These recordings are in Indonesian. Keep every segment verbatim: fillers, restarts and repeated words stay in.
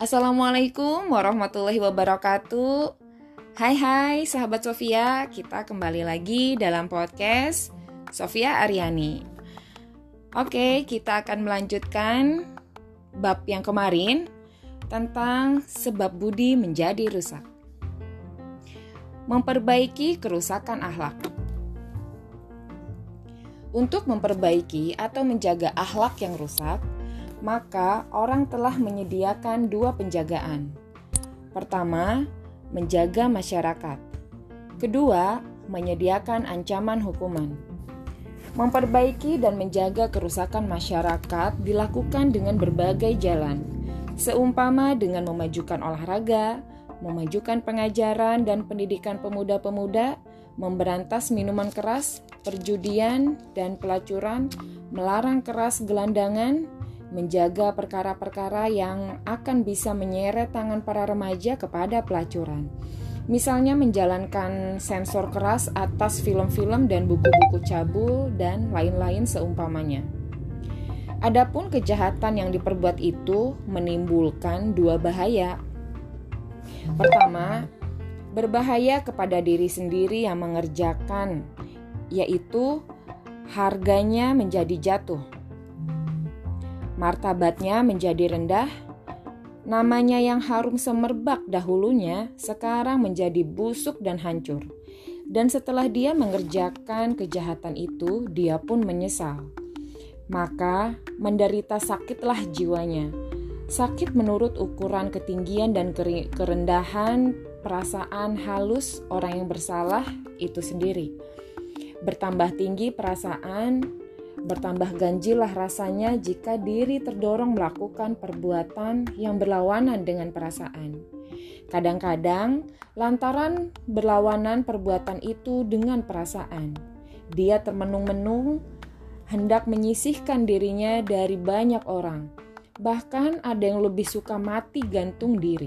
Assalamualaikum warahmatullahi wabarakatuh. Hai hai sahabat Sofia, kita kembali lagi dalam podcast Sofia Aryani. Oke, kita akan melanjutkan bab yang kemarin tentang sebab budi menjadi rusak. Memperbaiki kerusakan akhlak. Untuk memperbaiki atau menjaga akhlak yang rusak, maka orang telah menyediakan dua penjagaan. Pertama, menjaga masyarakat. Kedua, menyediakan ancaman hukuman. Memperbaiki dan menjaga kerusakan masyarakat dilakukan dengan berbagai jalan, seumpama dengan memajukan olahraga, memajukan pengajaran dan pendidikan pemuda-pemuda, memberantas minuman keras, perjudian dan pelacuran, melarang keras gelandangan, menjaga perkara-perkara yang akan bisa menyeret tangan para remaja kepada pelacuran. Misalnya menjalankan sensor keras atas film-film dan buku-buku cabul dan lain-lain seumpamanya. Adapun kejahatan yang diperbuat itu menimbulkan dua bahaya. Pertama, berbahaya kepada diri sendiri yang mengerjakan, yaitu harganya menjadi jatuh, martabatnya menjadi rendah, namanya yang harum semerbak dahulunya sekarang menjadi busuk dan hancur. Dan setelah dia mengerjakan kejahatan itu, dia pun menyesal. Maka menderita sakitlah jiwanya. Sakit menurut ukuran ketinggian dan kerendahan perasaan halus orang yang bersalah itu sendiri. Bertambah tinggi perasaan, bertambah ganjillah rasanya jika diri terdorong melakukan perbuatan yang berlawanan dengan perasaan. Kadang-kadang, lantaran berlawanan perbuatan itu dengan perasaan, dia termenung-menung, hendak menyisihkan dirinya dari banyak orang. Bahkan ada yang lebih suka mati gantung diri.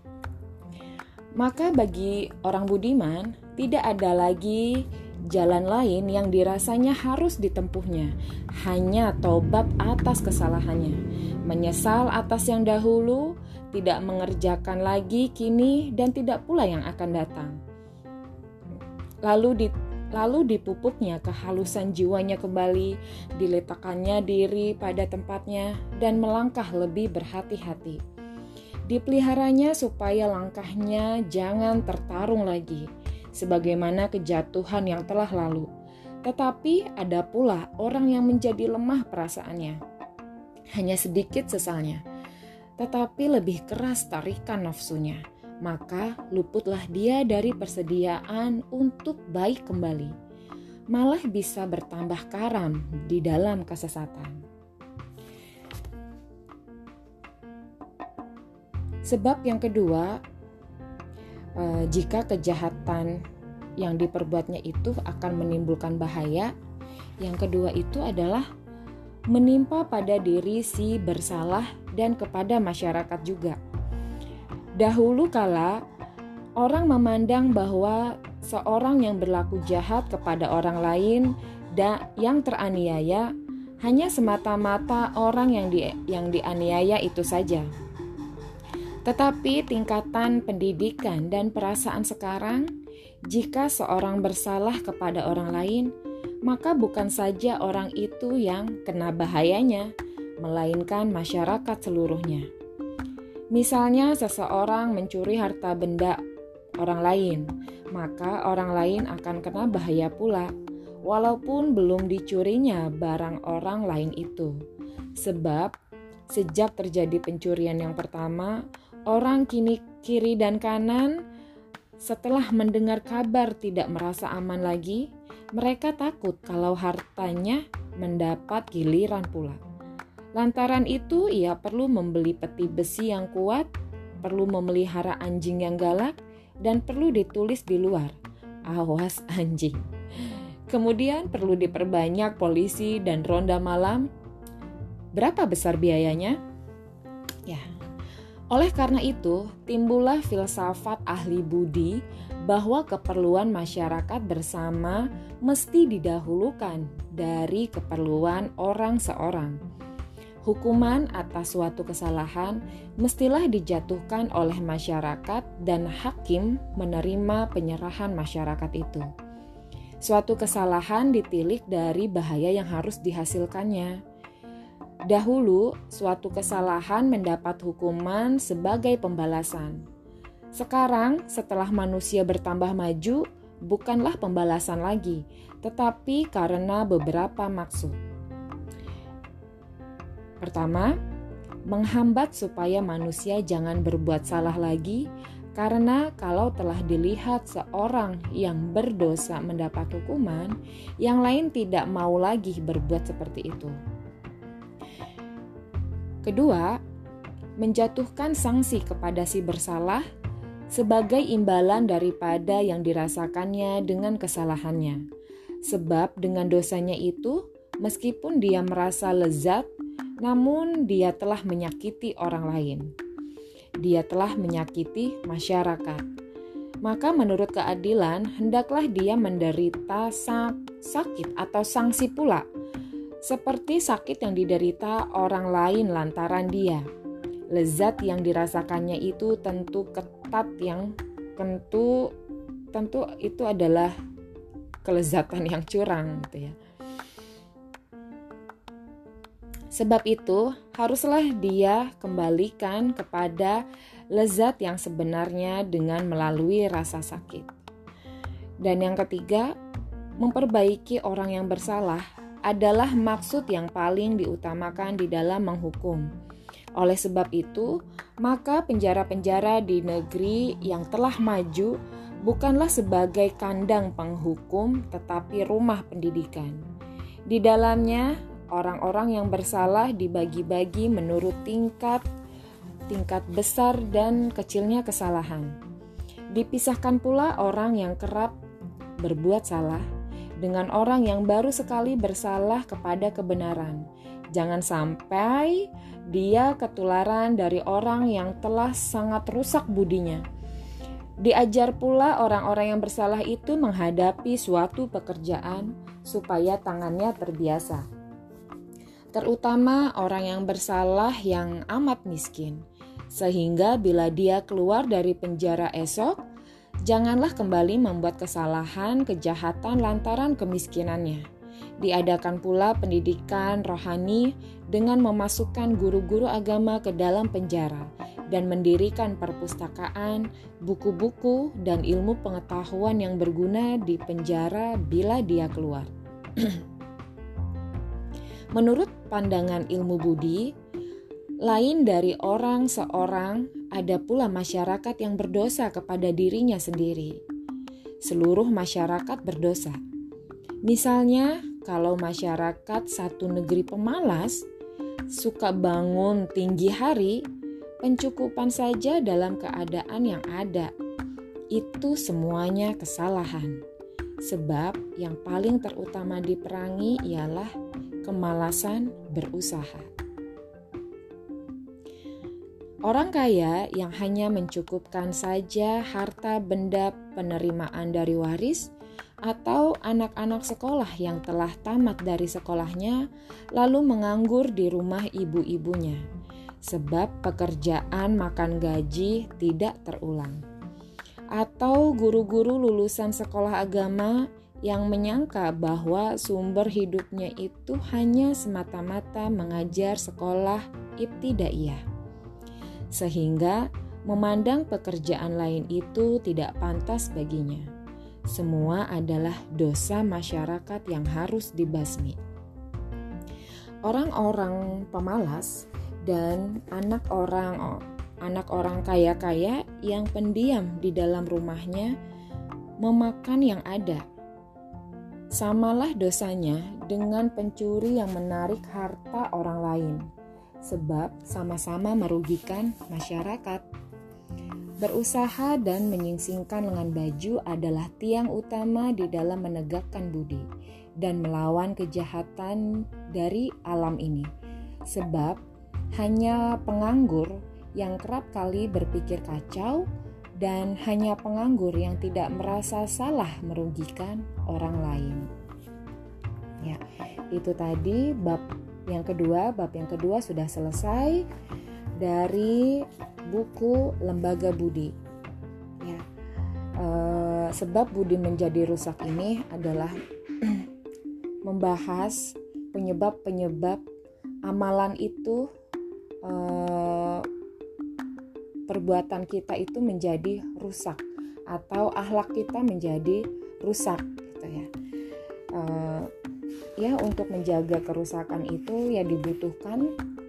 Maka bagi orang budiman, tidak ada lagi jalan lain yang dirasanya harus ditempuhnya, hanya tobat atas kesalahannya, menyesal atas yang dahulu, tidak mengerjakan lagi kini dan tidak pula yang akan datang. Lalu di, lalu dipupuknya kehalusan jiwanya kembali, diletakkannya diri pada tempatnya dan melangkah lebih berhati-hati. Dipeliharanya supaya langkahnya jangan tertarung lagi, sebagaimana kejatuhan yang telah lalu. Tetapi ada pula orang yang menjadi lemah perasaannya, hanya sedikit sesalnya, tetapi lebih keras tarikan nafsunya, maka luputlah dia dari persediaan untuk baik kembali, malah bisa bertambah karam di dalam kesesatan. Sebab yang kedua, Uh, jika kejahatan yang diperbuatnya itu akan menimbulkan bahaya, yang kedua itu adalah menimpa pada diri si bersalah dan kepada masyarakat juga. Dahulu kala, orang memandang bahwa seorang yang berlaku jahat kepada orang lain dan yang teraniaya hanya semata-mata orang yang di, yang dianiaya itu saja. Tetapi tingkatan pendidikan dan perasaan sekarang, jika seorang bersalah kepada orang lain, maka bukan saja orang itu yang kena bahayanya, melainkan masyarakat seluruhnya. Misalnya seseorang mencuri harta benda orang lain, maka orang lain akan kena bahaya pula, walaupun belum dicurinya barang orang lain itu. Sebab sejak terjadi pencurian yang pertama, orang kini kiri dan kanan setelah mendengar kabar tidak merasa aman lagi, mereka takut kalau hartanya mendapat giliran pula. Lantaran itu ia perlu membeli peti besi yang kuat, perlu memelihara anjing yang galak, dan perlu ditulis di luar, "Awas anjing." Kemudian perlu diperbanyak polisi dan ronda malam. Berapa besar biayanya? Ya. Oleh karena itu, timbullah filsafat ahli budi bahwa keperluan masyarakat bersama mesti didahulukan dari keperluan orang seorang. Hukuman atas suatu kesalahan mestilah dijatuhkan oleh masyarakat dan hakim menerima penyerahan masyarakat itu. Suatu kesalahan ditilik dari bahaya yang harus dihasilkannya. Dahulu, suatu kesalahan mendapat hukuman sebagai pembalasan. Sekarang, setelah manusia bertambah maju, bukanlah pembalasan lagi, tetapi karena beberapa maksud. Pertama, menghambat supaya manusia jangan berbuat salah lagi, karena kalau telah dilihat seorang yang berdosa mendapat hukuman, yang lain tidak mau lagi berbuat seperti itu. Kedua, menjatuhkan sanksi kepada si bersalah sebagai imbalan daripada yang dirasakannya dengan kesalahannya. Sebab dengan dosanya itu, meskipun dia merasa lezat, namun dia telah menyakiti orang lain. Dia telah menyakiti masyarakat. Maka menurut keadilan, hendaklah dia menderita sakit atau sanksi pula, seperti sakit yang diderita orang lain lantaran dia. Lezat yang dirasakannya itu tentu ketat yang tentu tentu itu adalah kelezatan yang curang gitu ya. Sebab itu, haruslah dia kembalikan kepada lezat yang sebenarnya dengan melalui rasa sakit. Dan yang ketiga, memperbaiki orang yang bersalah adalah maksud yang paling diutamakan di dalam menghukum. Oleh sebab itu, maka penjara-penjara di negeri yang telah maju bukanlah sebagai kandang penghukum, tetapi rumah pendidikan. Di dalamnya, orang-orang yang bersalah dibagi-bagi menurut tingkat tingkat besar dan kecilnya kesalahan. Dipisahkan pula orang yang kerap berbuat salah dengan orang yang baru sekali bersalah kepada kebenaran. Jangan sampai dia ketularan dari orang yang telah sangat rusak budinya. Diajar pula orang-orang yang bersalah itu menghadapi suatu pekerjaan supaya tangannya terbiasa. Terutama orang yang bersalah yang amat miskin, sehingga bila dia keluar dari penjara esok, janganlah kembali membuat kesalahan, kejahatan lantaran kemiskinannya. Diadakan pula pendidikan rohani dengan memasukkan guru-guru agama ke dalam penjara dan mendirikan perpustakaan, buku-buku, dan ilmu pengetahuan yang berguna di penjara bila dia keluar. Menurut pandangan ilmu budi, lain dari orang seorang, ada pula masyarakat yang berdosa kepada dirinya sendiri. Seluruh masyarakat berdosa. Misalnya, kalau masyarakat satu negeri pemalas, suka bangun tinggi hari, pencukupan saja dalam keadaan yang ada, itu semuanya kesalahan. Sebab yang paling terutama diperangi ialah kemalasan berusaha. Orang kaya yang hanya mencukupkan saja harta benda penerimaan dari waris, atau anak-anak sekolah yang telah tamat dari sekolahnya lalu menganggur di rumah ibu-ibunya, sebab pekerjaan makan gaji tidak terulang. Atau guru-guru lulusan sekolah agama yang menyangka bahwa sumber hidupnya itu hanya semata-mata mengajar sekolah ibtidaiyah, sehingga memandang pekerjaan lain itu tidak pantas baginya. Semua adalah dosa masyarakat yang harus dibasmi. Orang-orang pemalas dan anak orang anak orang kaya-kaya yang pendiam di dalam rumahnya memakan yang ada. Samalah dosanya dengan pencuri yang menarik harta orang lain, sebab sama-sama merugikan masyarakat. Berusaha dan menyingsingkan lengan baju adalah tiang utama di dalam menegakkan budi dan melawan kejahatan dari alam ini. Sebab hanya penganggur yang kerap kali berpikir kacau dan hanya penganggur yang tidak merasa salah merugikan orang lain. Ya, itu tadi bab yang kedua, bab yang kedua sudah selesai dari buku Lembaga Budi. Ya, e, sebab budi menjadi rusak ini adalah membahas penyebab-penyebab amalan itu, e, perbuatan kita itu menjadi rusak atau akhlak kita menjadi rusak, gitu ya. E, ya untuk menjaga kerusakan itu ya dibutuhkan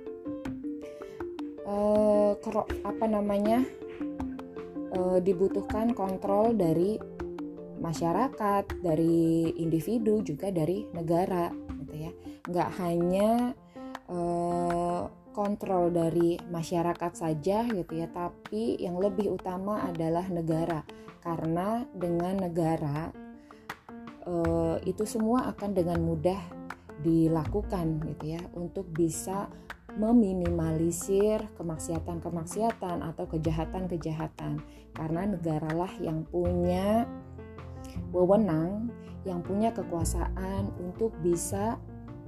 e, kero, apa namanya e, dibutuhkan kontrol dari masyarakat, dari individu, juga dari negara, gitu ya. Nggak hanya e, kontrol dari masyarakat saja, gitu ya, tapi yang lebih utama adalah negara, karena dengan negara e, itu semua akan dengan mudah dilakukan, gitu ya, untuk bisa meminimalisir kemaksiatan-kemaksiatan atau kejahatan-kejahatan, karena negaralah yang punya wewenang, yang punya kekuasaan untuk bisa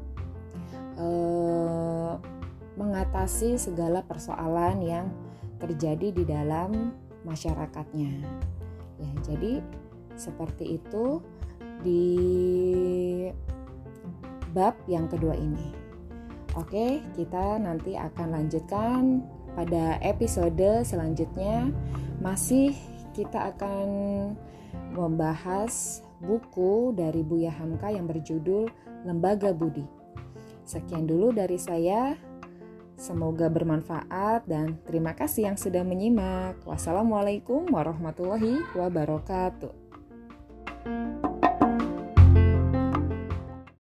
eh, mengatasi segala persoalan yang terjadi di dalam masyarakatnya. Ya, jadi seperti itu di bab yang kedua ini. Oke, kita nanti akan lanjutkan pada episode selanjutnya. Masih kita akan membahas buku dari Buya Hamka yang berjudul Lembaga Budi. Sekian dulu dari saya. Semoga bermanfaat dan terima kasih yang sudah menyimak. Wassalamualaikum warahmatullahi wabarakatuh.